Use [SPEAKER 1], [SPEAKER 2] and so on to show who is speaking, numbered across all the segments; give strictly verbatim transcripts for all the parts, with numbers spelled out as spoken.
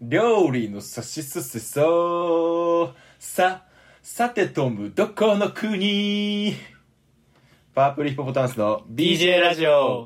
[SPEAKER 1] 料理のさしすせそうささてとむどこの国パープルヒポポタマスの
[SPEAKER 2] ビージェー ラジオ。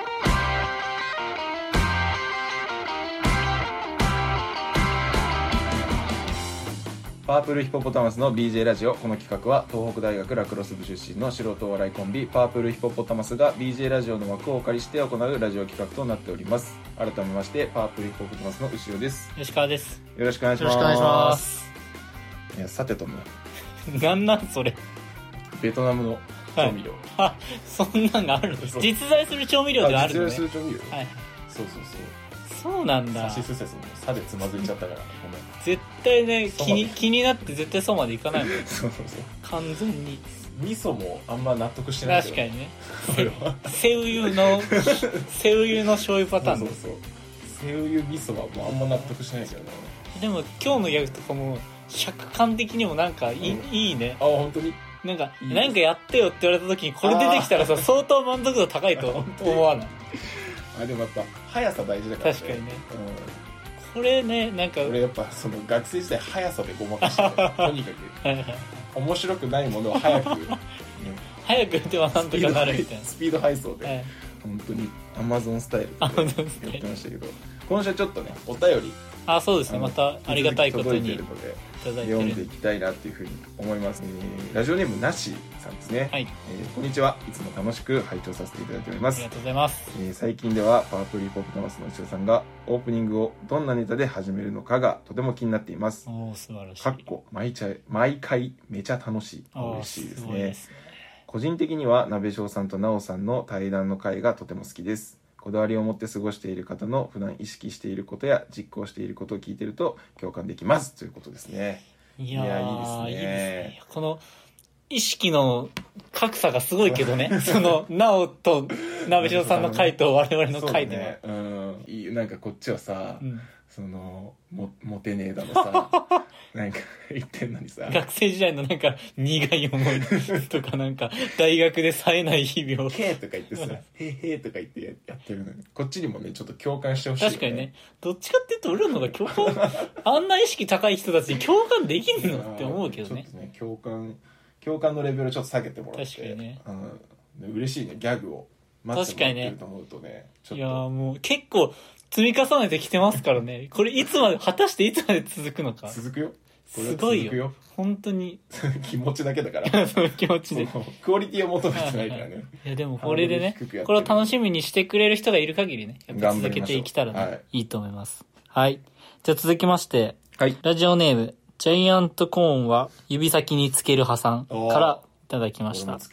[SPEAKER 1] パープルヒポポタマスの ビージェー ラジオ。この企画は東北大学ラクロス部出身の素人お笑いコンビパープルヒポポタマスが ビージェー ラジオの枠をお借りして行うラジオ企画となっております。改めましてパープルヒポポタマスの牛尾です。
[SPEAKER 2] 吉川です。
[SPEAKER 1] よろしくお願いします。
[SPEAKER 2] よろしくお願いします。
[SPEAKER 1] いや、さてとも
[SPEAKER 2] なんなんそれ。
[SPEAKER 1] ベトナムの調味料、はい、
[SPEAKER 2] あ、そんなんがあるの。実在する調味料ではあるのね。
[SPEAKER 1] 実在する調味料、
[SPEAKER 2] はい、
[SPEAKER 1] そうそう
[SPEAKER 2] そう。そうなんだ。
[SPEAKER 1] サシスセスの差でつまずいちゃったからごめん。
[SPEAKER 2] 絶対ね、気に気になって絶対そうまでいかないもん。
[SPEAKER 1] そうそうそう。
[SPEAKER 2] 完全に。
[SPEAKER 1] 味噌もあんま納得してないけど。
[SPEAKER 2] 確かにね。背ウユの背ウユの醤油パターン。
[SPEAKER 1] そうそうそう。背ウユ味噌はもうあんま納得してないけどね。
[SPEAKER 2] でも今日のギャグとかも尺感的にもなんかいい、うん、いいね。
[SPEAKER 1] あ、本当に。
[SPEAKER 2] なんかいいなんかやってよって言われた時にこれ出てきたらさ相当満足度高いと思わない。
[SPEAKER 1] あ、でもやっぱ速さ大事だからね。
[SPEAKER 2] 確かにね。
[SPEAKER 1] うん。
[SPEAKER 2] これね、なんか
[SPEAKER 1] 俺やっぱその学生時代速さでごまかしてとにかく面白くないものを早く、うん、
[SPEAKER 2] 早く打てばなんとかなるみたいな
[SPEAKER 1] スピード配送で、はい、本当にアマゾンスタイルでやってましたけど、今週はちょっとねお便り
[SPEAKER 2] あそうですねまたありがたいことにいただいてる
[SPEAKER 1] 読んでいきたいなっていうふうに思います、えー、ラジオネームなしさんですね、はい、えー、こんにちは。いつも楽しく拝聴させていただいております。
[SPEAKER 2] ありがとうございます、
[SPEAKER 1] えー、最近ではパープルヒポポタマスの石尾さんがオープニングをどんなネタで始めるのかがとても気になっています。
[SPEAKER 2] おー素晴らしい。
[SPEAKER 1] かっこ毎回毎回めちゃ楽しい。嬉しいですね。ですね。個人的には鍋翔さんとなおさんの対談の回がとても好きです。こだわりを持って過ごしている方の普段意識していることや実行していることを聞いていると共感できますということですね。
[SPEAKER 2] いやー、いやいいですね。
[SPEAKER 1] いいですね。
[SPEAKER 2] この意識の格差がすごいけどね。そのなおと鍋翔さんの回と我々の回では、ね、
[SPEAKER 1] うん、いいなんかこっちはさ、うん、そのもモテねえだのさなんか言ってんのにさ
[SPEAKER 2] 学生時代のなんか苦い思いとかなんか大学で冴えない日々を
[SPEAKER 1] へーとか言ってさへーへーとか言ってやってるのにこっちにもねちょっと共感してほしい、ね、
[SPEAKER 2] 確かにね。どっちかっていうと俺らの方が共感あんな意識高い人たちに共感できんのって思うけどね。
[SPEAKER 1] ちょっとね共感共感のレベルをちょっと下げてもらって。
[SPEAKER 2] 確かにね、
[SPEAKER 1] うん、嬉しいねギャグを待ってもらってると思うとねちょっと
[SPEAKER 2] いやもう結構積み重ねてきてますからね。これいつまで果たしていつまで続くのか。
[SPEAKER 1] 続くよ。これ
[SPEAKER 2] すごいよ。本当に
[SPEAKER 1] 気持ちだけだから
[SPEAKER 2] その気持ちで
[SPEAKER 1] クオリティを求めてないからね。
[SPEAKER 2] いやでもこれでねこれを楽しみにしてくれる人がいる限りねやっぱ続けていけたらね、はい、いいと思います。はいじゃあ続きまして、はい、ラジオネームジャイアントコーンは指先につける破産からいただきました。はい、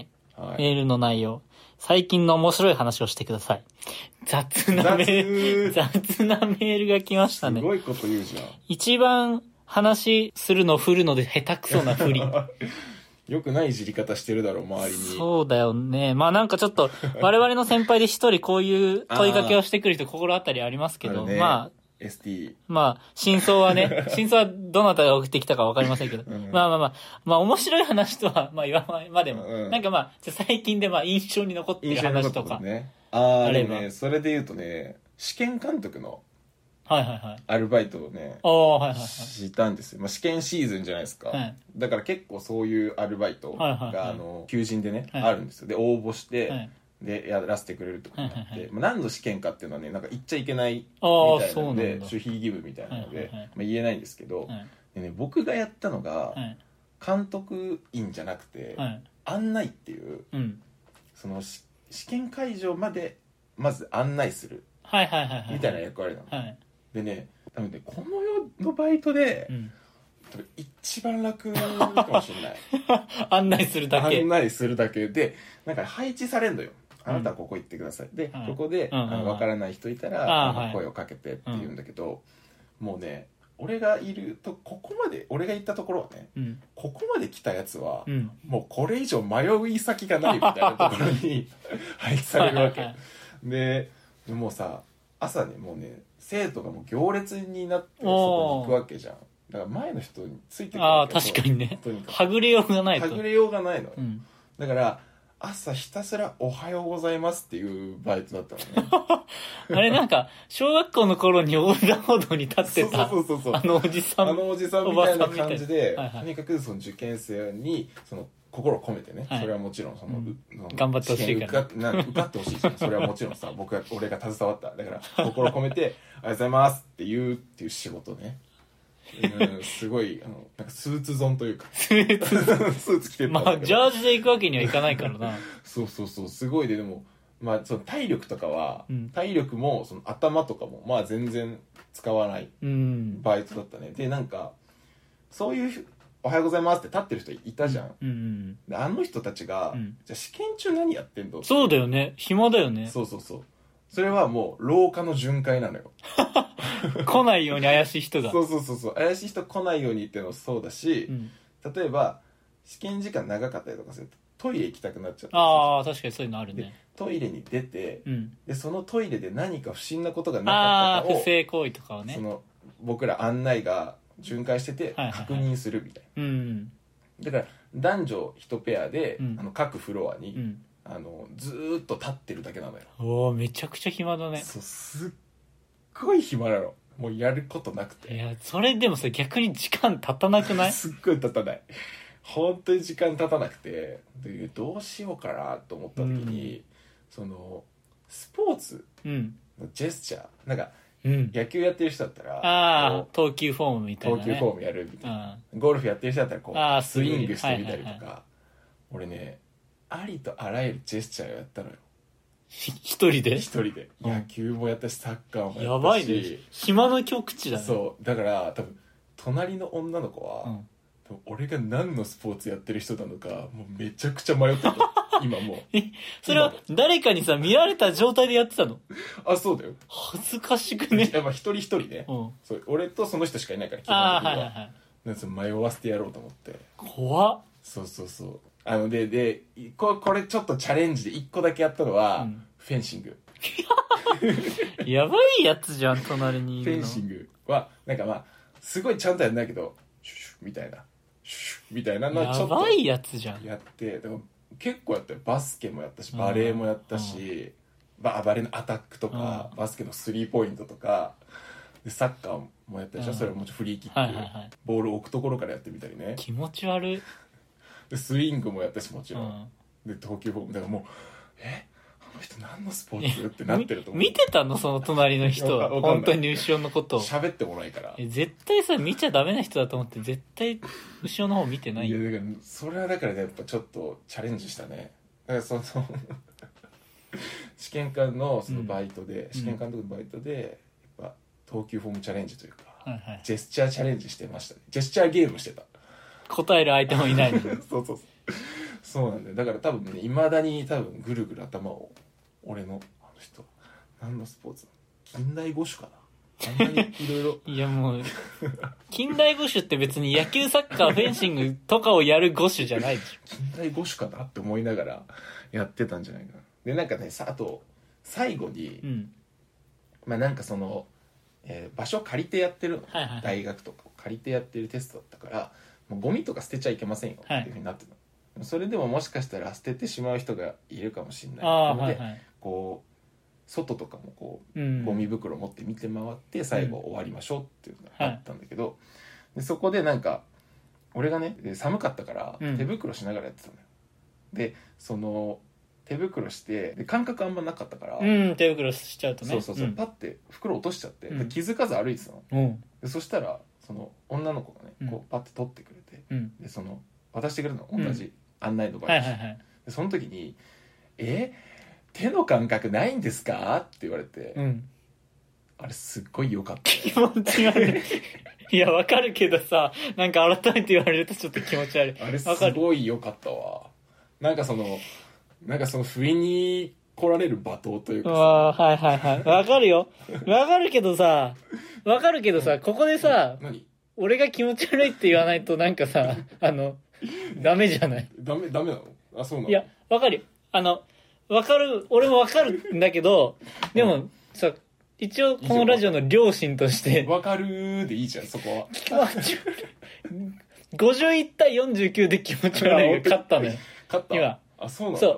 [SPEAKER 2] はい、メールの内容最近の面白い話をしてください。雑なメール雑なメールが来ましたね。
[SPEAKER 1] すごいこと言うじゃん。
[SPEAKER 2] 一番話するの振るので下手くそな振り
[SPEAKER 1] よくないいじり方してるだろう周りに。
[SPEAKER 2] そうだよね。まあなんかちょっと我々の先輩で一人こういう問いかけをしてくる人心当たりありますけど、ね、まあ
[SPEAKER 1] エスティー
[SPEAKER 2] まあ真相はね真相はどなたが送ってきたかわかりませんけど、うん、まあまあまあまあ面白い話とはまあ言わないまでも、うん、なんかまあじゃ最近でまあ印象に残ってる話とか、
[SPEAKER 1] ね、ああれねそれで言うとね試験監督の
[SPEAKER 2] はいはいはい
[SPEAKER 1] アルバイトをね、
[SPEAKER 2] ああはいはいはい
[SPEAKER 1] したんですよ。まあ試験シーズンじゃないですか。はい、だから結構そういうアルバイトが、はいはいはい、あの求人でね、はい、あるんですよ。で応募して。はいでやらせてくれるってことになって、はいはいはいまあ、何の試験かっていうのはねなんか言っちゃいけないみたいなので守秘義務みたいなので、はいはいはいまあ、言えないんですけど、はいでね、僕がやったのが、はい、監督員じゃなくて、はい、案内っていう、うん、その試験会場までまず案内するみたいな役割なの、はい、でね多分ねこの世のバイトで、うん多分一番楽かもしれない
[SPEAKER 2] 案内するだけ
[SPEAKER 1] 案内するだけでなんか配置されるのよ。あなたはここ行ってください、うん、で、うん、ここで、うん、あの分からない人いたら、うん、声をかけてって言うんだけど、うん、もうね俺がいるとここまで俺が行ったところはね、うん、ここまで来たやつは、うん、もうこれ以上迷い先がないみたいなところに配置されるわけでもうさ朝ねもうね生徒がもう行列になってそこに行くわけじゃん。だから前の人についてくる
[SPEAKER 2] ああ確かにねはぐれようがないと
[SPEAKER 1] はぐれようがないの、うん、だから朝ひたすらおはようございますっていうバイトだったのね。
[SPEAKER 2] あれなんか、小学校の頃に横断歩道に立ってた、
[SPEAKER 1] そうそうそうそう。
[SPEAKER 2] あのおじさん。
[SPEAKER 1] あのおじさんみたいな感じで、はいはい、とにかくその受験生に、その、心を込めてね、はい、それはもちろんその、うん、
[SPEAKER 2] 頑張ってほしいから。
[SPEAKER 1] 受か受かってほしいし、それはもちろんさ、僕が、俺が携わった。だから、心を込めて、ありがとうございますって言うっていう仕事ね。うん、すごい、あの、なんかスーツゾンというか。スーツスーツ着てた。
[SPEAKER 2] まあ、ジャージで行くわけにはいかないからな。
[SPEAKER 1] そうそうそう、すごいで、でも、まあ、その体力とかは、うん、体力も、その頭とかも、まあ全然使わないバイトだったね。うん、で、なんか、そういう、おはようございますって立ってる人いたじゃん。うんうん、であの人たちが、うん、じゃあ試験中何やってんの？
[SPEAKER 2] そうだよね。暇だよね。
[SPEAKER 1] そうそうそう。それはもう廊下の巡回なのよ。
[SPEAKER 2] 来ないように怪しい人が。
[SPEAKER 1] そうそうそうそう。怪しい人来ないようにっていうのもそうだし、うん、例えば、試験時間長かったりとかすると、トイレ行きたくなっちゃった。
[SPEAKER 2] ああ、確かにそういうのあるね。
[SPEAKER 1] トイレに出て、うん、で、そのトイレで何か不審なことがなかったかを、
[SPEAKER 2] ああ、不正行為とかをね。
[SPEAKER 1] その、僕ら案内が巡回してて、確認するみたいな。はいはいはい、うん、だから、男女一ペアで、うん、あの各フロアに、うん、あの、ずーっと立ってるだけなのよ。
[SPEAKER 2] おー、めちゃくちゃ暇だね。
[SPEAKER 1] そう、すっごい暇なの。もうやることなくて。
[SPEAKER 2] いや、それでもさ、逆に時間経たなくない？
[SPEAKER 1] すっごい経たない。本当に時間経たなくて、でどうしようかなと思った時に、うん、その、スポーツのジェスチャー、なんか、うん、野球やってる人だったら、
[SPEAKER 2] ああ、投球フォームみたいな、ね。
[SPEAKER 1] 投球フォームやるみたいな。うん、ゴルフやってる人だったら、こう、スイングしてみたりとか、はいはいはい、俺ね、ありとあらゆるジェスチャーをやったのよ。
[SPEAKER 2] 一人で
[SPEAKER 1] 一人で。野球もやったし、サッカーもやったし。
[SPEAKER 2] やばいね。暇の極致だね。
[SPEAKER 1] そう。だから、多分、隣の女の子は、うん俺が何のスポーツやってる人なのかもうめちゃくちゃ迷ってた今もう
[SPEAKER 2] えそれは誰かにさ見られた状態でやってたの？
[SPEAKER 1] あそうだよ。
[SPEAKER 2] 恥ずかしくね。
[SPEAKER 1] やっぱ一人一人ね、うん、そう俺とその人しかいないから基本的には、あ、はいはいはい、なんか迷わせてやろうと思って
[SPEAKER 2] 怖っ。
[SPEAKER 1] そうそうそうあのででここれちょっとチャレンジで一個だけやったのは、うん、フェンシング
[SPEAKER 2] やばいやつじゃん隣にいるの。
[SPEAKER 1] フェンシングはなんかまあすごいちゃんとやんないけどシュシュみたいなみたいなの
[SPEAKER 2] ちょっとやばいやつじゃん
[SPEAKER 1] やってでも結構やったよ。バスケもやったしバレーもやったし、バ, バレーのアタックとかバスケのスリーポイントとかでサッカーもやったでしょ。それはもちろんフリーキック、はいはいはい、ボールを置くところからやってみたりね。
[SPEAKER 2] 気持ち悪い。
[SPEAKER 1] でスイングもやったしもちろん、で投球フォームだからもうえこの人何のスポーツってなってると思う。
[SPEAKER 2] 見てたのその隣の人は本当に後ろのことを
[SPEAKER 1] 喋ってもないから
[SPEAKER 2] え絶対さ見ちゃダメな人だと思って絶対後ろの方見てない。
[SPEAKER 1] いやだからそれはだからねやっぱちょっとチャレンジしたね。だからその試験官のそのバイトで、うん、試験監督のバイトでやっぱ投球フォームチャレンジというか、はいはい、ジェスチャーチャレンジしてましたね。ジェスチャーゲームしてた。
[SPEAKER 2] 答える相手もいないのに
[SPEAKER 1] そうそうそうそうなんだよ。だから多分ね未だに多分ぐるぐる頭を俺のあの人何のスポーツ近代五種かなあんなにいろいろ
[SPEAKER 2] いやもう近代五種って別に野球サッカーフェンシングとかをやる五種じゃないでしょ。
[SPEAKER 1] 近代五種かなって思いながらやってたんじゃないかな。でなんかねさあと最後に、うん、まあなんかその、えー、場所借りてやってるの、はいはい、大学とか借りてやってるテストだったからもうゴミとか捨てちゃいけませんよっていうふうになってた、はい、それでももしかしたら捨ててしまう人がいるかもしれないので、はいはい、こう外とかもこう、うん、ゴミ袋持って見て回って最後終わりましょうっていうのがあったんだけど、うんはい、でそこでなんか俺がね寒かったから手袋しながらやってたのよ、うん、でその手袋してで感覚あんまなかったから、
[SPEAKER 2] うん、手袋しちゃうとね
[SPEAKER 1] そうそうそう、うん、パッて袋落としちゃって、うん、気づかず歩いてたの、うん、でそしたらその女の子がね、うん、こうパッて取ってくれて、うん、でその渡してくれるの同じ案内の場合、うんはいはいはい、でその時にえ手の感覚ないんですかって言われて、うん、あれすっごい良かった
[SPEAKER 2] 気持ち悪いいやわかるけどさなんか改めて言われるとちょっと気持ち悪い。
[SPEAKER 1] あれすごい良かったわ。なんかそのなんかその不意に来られる罵倒というかさ
[SPEAKER 2] あはいはいはいわかるよわかるけどさわかるけどさここでさ
[SPEAKER 1] 何
[SPEAKER 2] 俺が気持ち悪いって言わないとなんかさあのダメじゃない。
[SPEAKER 1] ダメダメなの？あそうなの？
[SPEAKER 2] いやわかるよ。あのわかる俺もわかるんだけどでも、うん、さ一応このラジオの両親として
[SPEAKER 1] わかるーでいいじゃんそこは。
[SPEAKER 2] 気持ち悪いごじゅういち対よんじゅうきゅうで気持ち悪いが勝ったのよ。
[SPEAKER 1] 勝った。
[SPEAKER 2] 今
[SPEAKER 1] あそうなの？
[SPEAKER 2] そう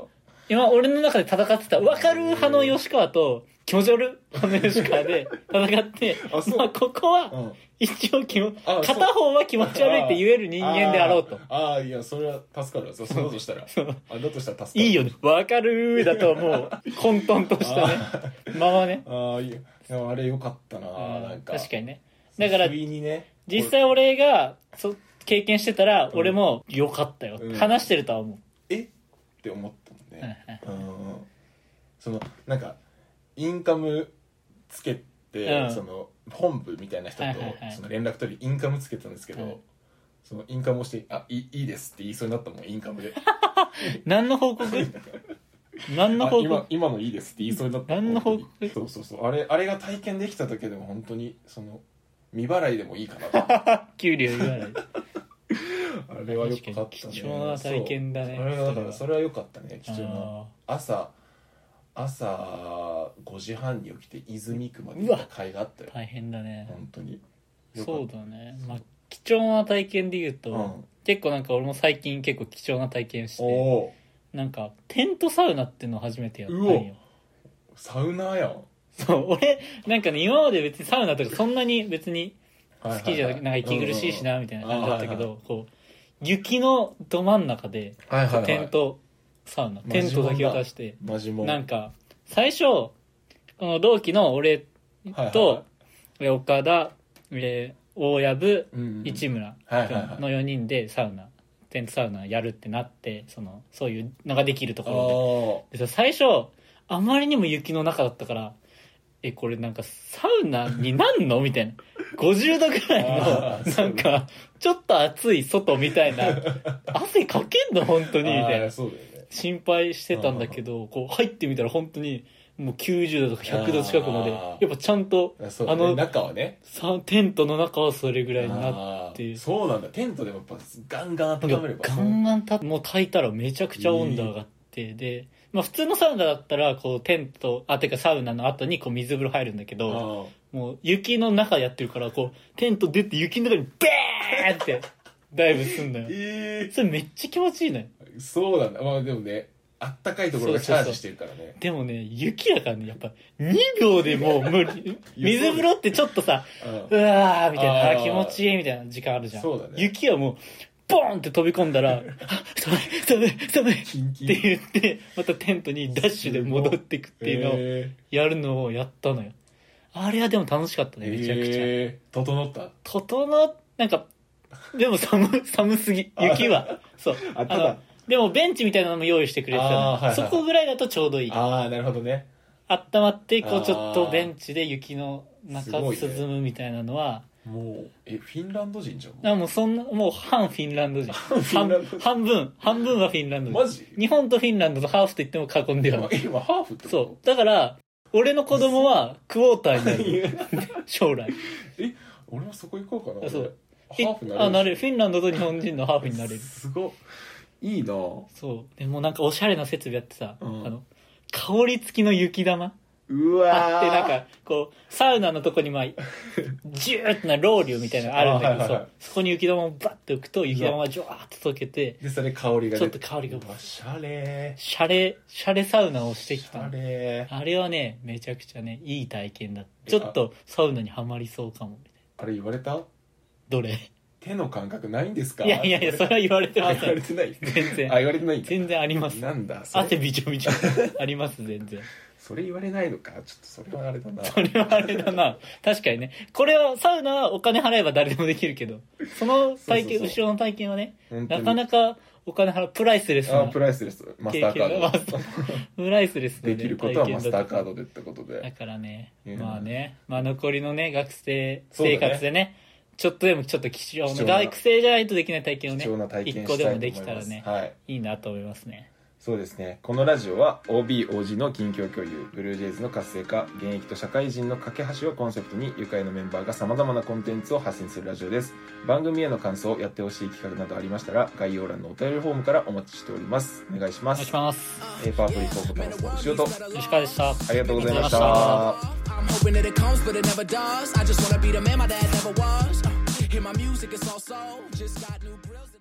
[SPEAKER 2] 今俺の中で戦ってた分かる派の吉川と気持ち悪派の吉川で戦ってあまあここは一応気も片方は気持ち悪いって言える人間であろうと。
[SPEAKER 1] ああいやそれは助かる。そうだとしたらそうあだとしたら助かる。
[SPEAKER 2] いいよね分かるだともう混沌としたねままね。
[SPEAKER 1] ああいやあれよかったな。なんか
[SPEAKER 2] 確かにね。だから
[SPEAKER 1] に、ね、
[SPEAKER 2] 実際俺がそ経験してたら俺もよかったよ、うん、話してるとは思う。
[SPEAKER 1] えって思ったもんね。うんそのなんかインカムつけて、うん、その本部みたいな人とその連絡取りインカムつけたんですけど、うん、そのインカムをしてあいいいですって言いそうになったもんインカムで
[SPEAKER 2] 何の報告何の報告
[SPEAKER 1] 今, 今のいいですって言いそうになった。
[SPEAKER 2] 何の報告。
[SPEAKER 1] そうそうそうあれあれが体験できただけでも本当にその未払いでもいいかな
[SPEAKER 2] 給料言わないあ
[SPEAKER 1] れは良かったね。
[SPEAKER 2] 貴重な体験だね。
[SPEAKER 1] あれはそれは良かったね。貴重な朝朝ごじはんに起きて泉区まで行った甲斐があったよ。
[SPEAKER 2] 大変だね
[SPEAKER 1] 本当に。
[SPEAKER 2] そうだね。まあ貴重な体験で言うと、うん、結構なんか俺も最近結構貴重な体験してなんかテントサウナっていうのを初めてやったんよ。
[SPEAKER 1] サウナやん。
[SPEAKER 2] そう俺なんかね今まで別にサウナとかそんなに別に好きじゃなく、なんか息苦しいしなみたいな感じだったけど、こう雪のど真ん中でテントサウナ、テントだけを出してなんか最初この同期の俺と岡田、大藪、市村のよにんでサウナテントサウナやるってなってそのそういうのができるところで、で最初あまりにも雪の中だったからえこれなんかサウナになんのみたいなごじゅうどぐらいのなんかちょっと暑い外みたいな汗かけんの本当にみたいな心配してたんだけどこう入ってみたら本当にもうきゅうじゅうどとかひゃくど近くまでやっぱちゃんと
[SPEAKER 1] あの中はね
[SPEAKER 2] テントの中はそれぐらいになって
[SPEAKER 1] そうなんだ。テントでもやっぱガンガン温めれば
[SPEAKER 2] ガンガンたもう炊いたらめちゃくちゃ温度上がってでまあ、普通のサウナだったらこうテントあてかサウナの後にこう水風呂入るんだけどもう雪の中やってるからこうテント出て雪の中にベーンってダイブすんのよ、えー、それめっちゃ気持ちいいのよ。
[SPEAKER 1] そうなんだ。まあでもねあったかいところがチャージしてるからね。そうそうそう
[SPEAKER 2] でもね雪だからねやっぱにびょうでもう無理水風呂ってちょっとさうわーみたいな気持ちいいみたいな時間あるじゃん。そうだね。雪はもうボーンって飛び込んだら寒い寒い寒いって言ってまたテントにダッシュで戻ってくっていうのをやるのをやったのよ。あれはでも楽しかったねめちゃくちゃ、え
[SPEAKER 1] ー、整った
[SPEAKER 2] 整っなんかでも寒寒すぎ雪はそうあただでもベンチみたいなのも用意してくれてたの、はいはい、そこぐらいだとちょうどいい。
[SPEAKER 1] ああなるほどね。
[SPEAKER 2] 温まってこうちょっとベンチで雪の中涼むみたいなのは
[SPEAKER 1] もうえフィンランド人じゃん。
[SPEAKER 2] あもうそんなもう半フィンランド人半半分半分はフィンランド人。マジ？日本とフィンランドとハーフと言っても過言ではない。
[SPEAKER 1] 今ハーフってこと？
[SPEAKER 2] そうだから俺の子供はクォーターになる将来。
[SPEAKER 1] え俺もそこ行こうかな。
[SPEAKER 2] そう
[SPEAKER 1] ハーフになれる。
[SPEAKER 2] あなれる。フィンランドと日本人のハーフになれる。
[SPEAKER 1] すごいいいな。
[SPEAKER 2] そうでもなんかおしゃれな設備やってさ、うん、あの香り付きの雪玉
[SPEAKER 1] うわ
[SPEAKER 2] あってなんかこうサウナのとこにまあジューってなロウリュみたいなのがあるんだけど、はいはいはい、そこに雪玉をバッて置くと雪玉がジュワーッと溶けて
[SPEAKER 1] でそれ香りが
[SPEAKER 2] ちょっと香りが
[SPEAKER 1] シャレ
[SPEAKER 2] シャレシャレサウナをしてきた。
[SPEAKER 1] シャレ
[SPEAKER 2] あれはねめちゃくちゃねいい体験だった。ちょっとサウナにはまりそうかもみたい
[SPEAKER 1] な。あれ言われた？
[SPEAKER 2] どれ？
[SPEAKER 1] 手の感覚ないんですか？
[SPEAKER 2] いやいやいやそれは言われてません。
[SPEAKER 1] 言われてない
[SPEAKER 2] 全然
[SPEAKER 1] あ言われてない
[SPEAKER 2] 全然あります。
[SPEAKER 1] なんだ
[SPEAKER 2] 汗びちょびちょあります全然。
[SPEAKER 1] それ言われないのかちょっとそれはあれだな。
[SPEAKER 2] それはあれだな確かにね。これはサウナはお金払えば誰でもできるけどその体験そうそうそう後ろの体験はねなかなかお金払うプライスレスな
[SPEAKER 1] あプライスレスマスターカード
[SPEAKER 2] プライスレス
[SPEAKER 1] できることはマスターカードでってことで
[SPEAKER 2] だからねまあね、まあ、残りのね学生生活でねちょっとでもちょっと貴重な学生じゃないとできない体験をね一個でもできたらね、はい、いいなと思いますね。
[SPEAKER 1] そうですね。このラジオは オービー オージー の近況共有、ブルージェイズの活性化、現役と社会人の架け橋をコンセプトに愉快なメンバーが様々なコンテンツを発信するラジオです。番組への感想、やってほしい企画などありましたら概要欄のお便りフォームからお待ちしております。お願いします。
[SPEAKER 2] お願いします。
[SPEAKER 1] えー、パワフルトークボタンを押すよと
[SPEAKER 2] 吉川でした。
[SPEAKER 1] ありがとうございました。Hoping that it comes, but it never does. I just wanna be the man my dad never was. Hear my music, it's all soul. Just got new grills.